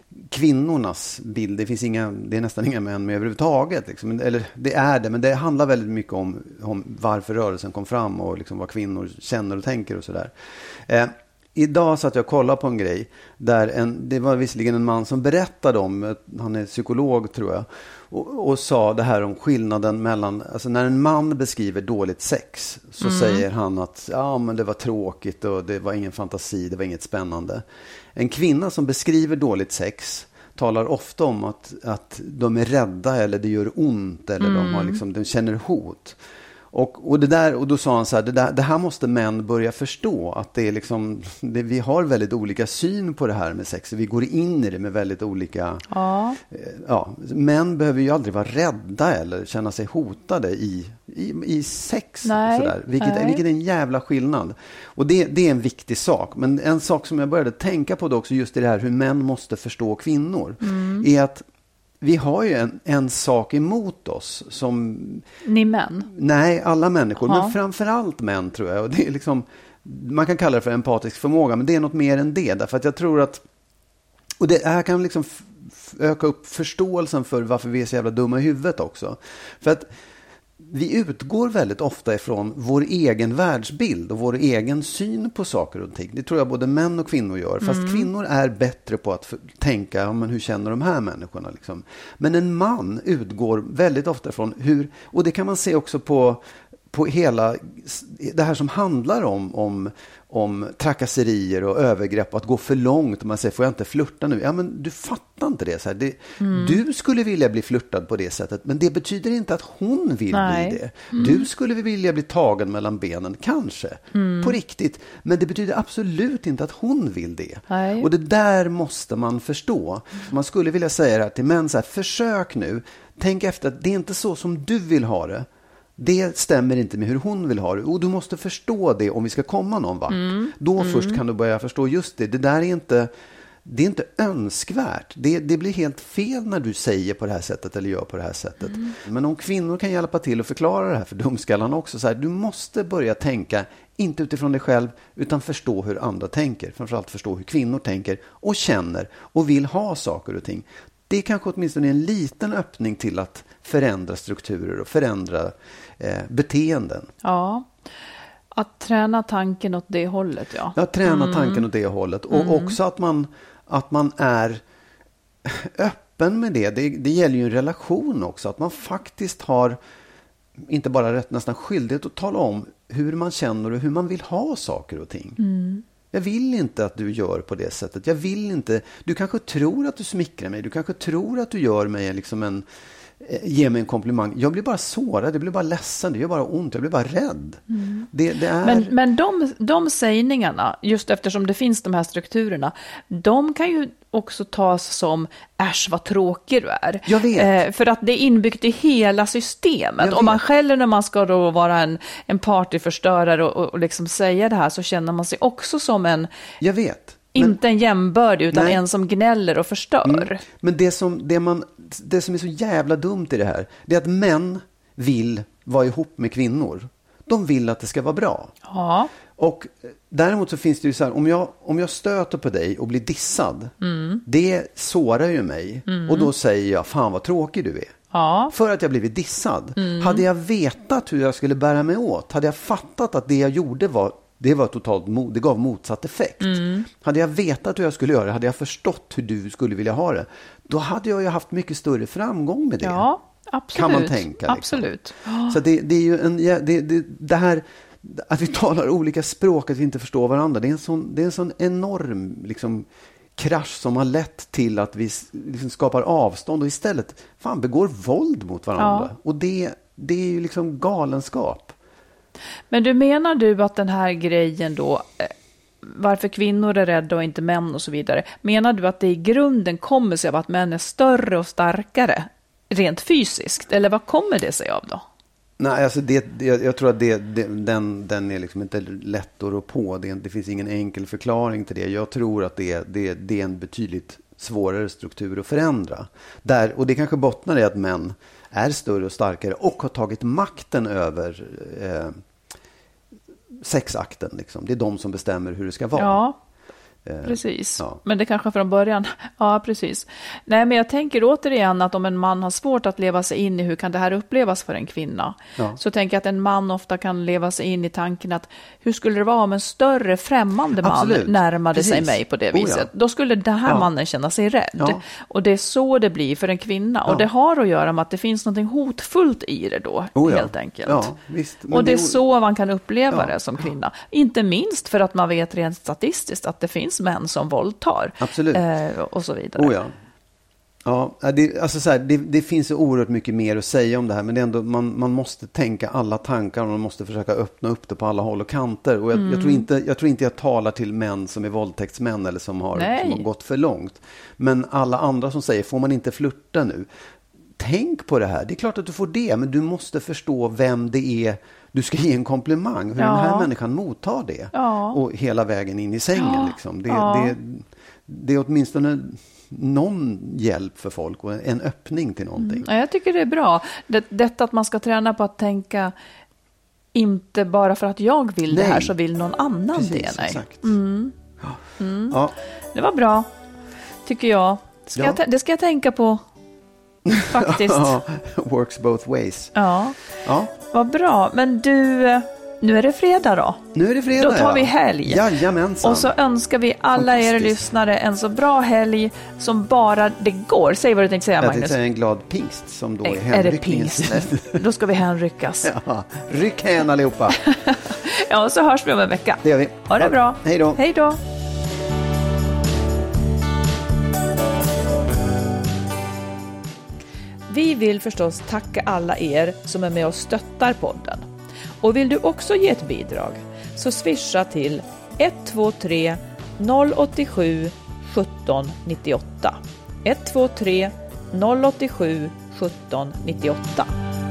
kvinnornas bild. Det finns inga, det är nästan inga män med överhuvudtaget. Liksom. Eller det är det, men det handlar väldigt mycket om, om varför rörelsen kom fram och liksom vad kvinnor känner och tänker och sådär. Eh, Idag satt jag och kollade på en grej där en, det var visserligen en man som berättade om, han är psykolog tror jag, och, och sa det här om skillnaden mellan, alltså när en man beskriver dåligt sex så mm. säger han att ja, men det var tråkigt och det var ingen fantasi, det var inget spännande. En kvinna som beskriver dåligt sex talar ofta om att, att de är rädda eller det gör ont eller mm. de, har liksom, de känner hot. Och, och, det där, och då sa han så här, det, där, det här måste män börja förstå, att det är liksom, det, vi har väldigt olika syn på det här med sex. Vi går in i det med väldigt olika... Ja. Eh, ja, män behöver ju aldrig vara rädda eller känna sig hotade i, i, i sex. Nej, sådär. Vilket, nej. vilket är en jävla skillnad. Och det, det är en viktig sak. Men en sak som jag började tänka på då också, just i det här hur män måste förstå kvinnor, mm. är att vi har ju en, en sak emot oss som... Ni män? Nej, alla människor. Ja. Men framförallt män, tror jag. Och det är liksom, man kan kalla det för empatisk förmåga, men det är något mer än det. Därför att jag tror att... Och det här kan liksom f- öka upp förståelsen för varför vi är så jävla dumma i huvudet också. För att vi utgår väldigt ofta ifrån vår egen världsbild och vår egen syn på saker och ting. Det tror jag både män och kvinnor gör. Fast mm. kvinnor är bättre på att för, tänka, ja, men hur känner de här människorna? Liksom. Men en man utgår väldigt ofta ifrån hur, och det kan man se också på, på hela det här som handlar om, om, om trakasserier och övergrepp och att gå för långt. Och man säger, får jag inte flirta nu? Ja, men du fattar inte det. Så här. det mm. Du skulle vilja bli flirtad på det sättet, men det betyder inte att hon vill Nej. bli det. Mm. Du skulle vilja bli tagen mellan benen, kanske. Mm. På riktigt. Men det betyder absolut inte att hon vill det. Nej. Och det där måste man förstå. Man skulle vilja säga det här till män, så här, försök nu. Tänk efter att det är inte så som du vill ha det. Det stämmer inte med hur hon vill ha det. Och du måste förstå det om vi ska komma någon vart. Mm. Då mm. först kan du börja förstå just det. Det där är inte, det är inte önskvärt. Det, det blir helt fel när du säger på det här sättet eller gör på det här sättet. Mm. Men om kvinnor kan hjälpa till att förklara det här för dumskallarna också. Så här, du måste börja tänka, inte utifrån dig själv, utan förstå hur andra tänker. Framförallt förstå hur kvinnor tänker och känner och vill ha saker och ting. Det är kanske åtminstone en liten öppning till att förändra strukturer och förändra eh, beteenden. Ja, att träna tanken åt det hållet, ja. Ja, träna mm. tanken åt det hållet. Och mm. också att man, att man är öppen med det. det. Det gäller ju en relation också. Att man faktiskt har inte bara rätt, nästan skyldighet att tala om hur man känner och hur man vill ha saker och ting. Mm. Jag vill inte att du gör på det sättet. Jag vill inte. Du kanske tror att du smickrar mig. Du kanske tror att du gör mig liksom en, ger mig en komplimang. Jag blir bara sårad. Jag blir bara ledsen. Det gör bara ont. Jag blir bara rädd. Mm. Det, det är... Men, men de, de sägningarna, just eftersom det finns de här strukturerna, de kan ju också tas som äsch vad tråkig du är. Jag vet. Eh, för att det är inbyggt i hela systemet. Om man själv när man ska då vara en, en partyförstörare och, och liksom säga det här, så känner man sig också som en... Jag vet. Inte en jämbördig, utan nej. En som gnäller och förstör. Mm. Men det som, det, man, det som är så jävla dumt i det här, det är att män vill vara ihop med kvinnor. De vill att det ska vara bra. Ja. Och däremot så finns det ju så här, om jag, om jag stöter på dig och blir dissad, mm. det sårar ju mig. Mm. Och då säger jag, fan vad tråkig du är. Ja. För att jag blivit dissad. Mm. Hade jag vetat hur jag skulle bära mig åt, hade jag fattat att det jag gjorde var, det var totalt, det gav motsatt effekt. Mm. Hade jag vetat hur jag skulle göra, hade jag förstått hur du skulle vilja ha det, då hade jag ju haft mycket större framgång med det. Ja, absolut. Kan man tänka. Liksom. Absolut. Så det, det är ju en, det, det, det här att vi talar olika språk, att vi inte förstår varandra, det är en sån, det är en sån enorm liksom, krasch som har lett till att vi liksom skapar avstånd och istället fan begår våld mot varandra. Ja. Och det, det är ju liksom galenskap. Men du menar du att den här grejen då, varför kvinnor är rädda och inte män och så vidare, menar du att det i grunden kommer sig av att män är större och starkare rent fysiskt, eller vad kommer det sig av då? Nej, alltså det, jag, jag tror att det, det, den, den är liksom inte lätt att rå på. Det, det finns ingen enkel förklaring till det. Jag tror att det, det, det är en betydligt svårare struktur att förändra. Där, och det kanske bottnar i att män är större och starkare och har tagit makten över eh, sexakten. Liksom. Det är de som bestämmer hur det ska vara. Ja. Precis, ja. Men det kanske från början, ja precis. Nej, men jag tänker återigen att om en man har svårt att leva sig in i hur kan det här upplevas för en kvinna, ja. Så tänker jag att en man ofta kan leva sig in i tanken att hur skulle det vara om en större främmande man Absolut. närmade precis. sig mig på det viset. Oh, ja. Då skulle den här ja. mannen känna sig rädd. Ja. Och det är så det blir för en kvinna. Ja. Och det har att göra med att det finns något hotfullt i det då, oh, ja. helt enkelt. Ja, visst. Men och det är så man kan uppleva ja. det som kvinna. Inte minst för att man vet rent statistiskt att det finns män som våldtar. Absolut. Eh, och så vidare. Oh ja. Ja, det, alltså så här, det, det finns så oerhört mycket mer att säga om det här, men det är ändå, man, man måste tänka alla tankar och man måste försöka öppna upp det på alla håll och kanter. Och jag, mm. jag, tror, inte, jag tror inte jag talar till män som är våldtäktsmän eller som har, som har gått för långt. Men alla andra som säger, får man inte flirta nu? tänk på det här. Det är klart att du får det, men du måste förstå vem det är du ska ge en komplimang. Hur ja. den här människan mottar det. Ja. Och hela vägen in i sängen. Ja. Liksom. Det, ja. det, det är åtminstone någon hjälp för folk och en öppning till någonting. Mm. Ja, jag tycker det är bra. Det, detta att man ska träna på att tänka inte bara för att jag vill nej. det här så vill någon annan Precis, det. Nej. Exakt. Mm. Mm. Ja. Det var bra, tycker jag. Ska ja. jag det ska jag tänka på faktiskt. Works both ways. Ja. ja, vad bra. Men du, nu är det fredag då. Nu är det fredag, då tar vi helg. Jajamensan. Och så önskar vi alla er lyssnare en så bra helg som bara det går. Säg vad du tänkte säga, Magnus. Jag tänkte säga en glad pingst som då är, är hänryckningens. Är det pingst? Då ska vi hänryckas. Ja, ryck hän allihopa. Ja, så hörs vi om en vecka. Det gör vi. Ha det bra. Hej då. Hej då. Vi vill förstås tacka alla er som är med och stöttar podden. Och vill du också ge ett bidrag så swisha till ett två tre noll åtta sju sjutton nittioåtta. ett två tre noll åtta sju sjutton nittioåtta.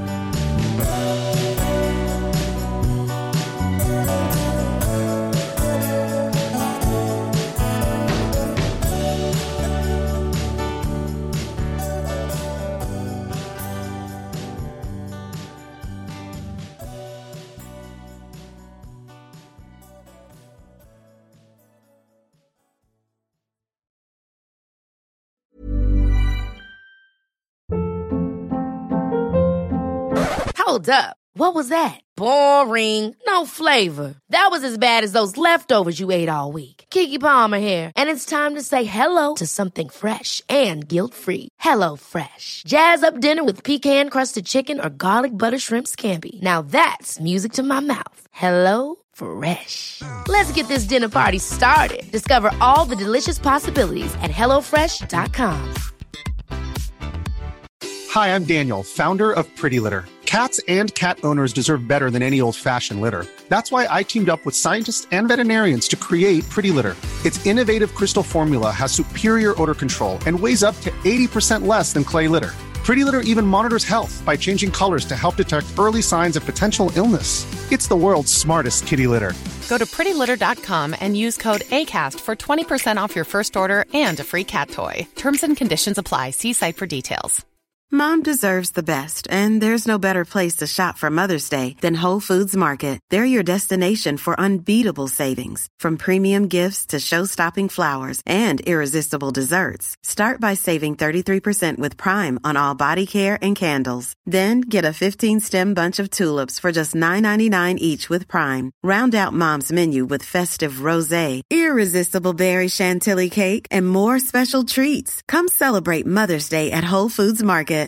Hold up. What was that? Boring. No flavor. That was as bad as those leftovers you ate all week. Keke Palmer here, and it's time to say hello to something fresh and guilt-free. Hello Fresh. Jazz up dinner with pecan-crusted chicken or garlic butter shrimp scampi. Now that's music to my mouth. Hello Fresh. Let's get this dinner party started. Discover all the delicious possibilities at hello fresh dot com. Hi, I'm Daniel, founder of Pretty Litter. Cats and cat owners deserve better than any old-fashioned litter. That's why I teamed up with scientists and veterinarians to create Pretty Litter. Its innovative crystal formula has superior odor control and weighs up to eighty percent less than clay litter. Pretty Litter even monitors health by changing colors to help detect early signs of potential illness. It's the world's smartest kitty litter. Go to pretty litter dot com and use code ACAST for twenty percent off your first order and a free cat toy. Terms and conditions apply. See site for details. Mom deserves the best, and there's no better place to shop for Mother's Day than Whole Foods Market. They're your destination for unbeatable savings, from premium gifts to show-stopping flowers and irresistible desserts. Start by saving thirty-three percent with Prime on all body care and candles. Then get a fifteen-stem bunch of tulips for just nine ninety-nine each with Prime. Round out Mom's menu with festive rosé, irresistible berry chantilly cake, and more special treats. Come celebrate Mother's Day at Whole Foods Market.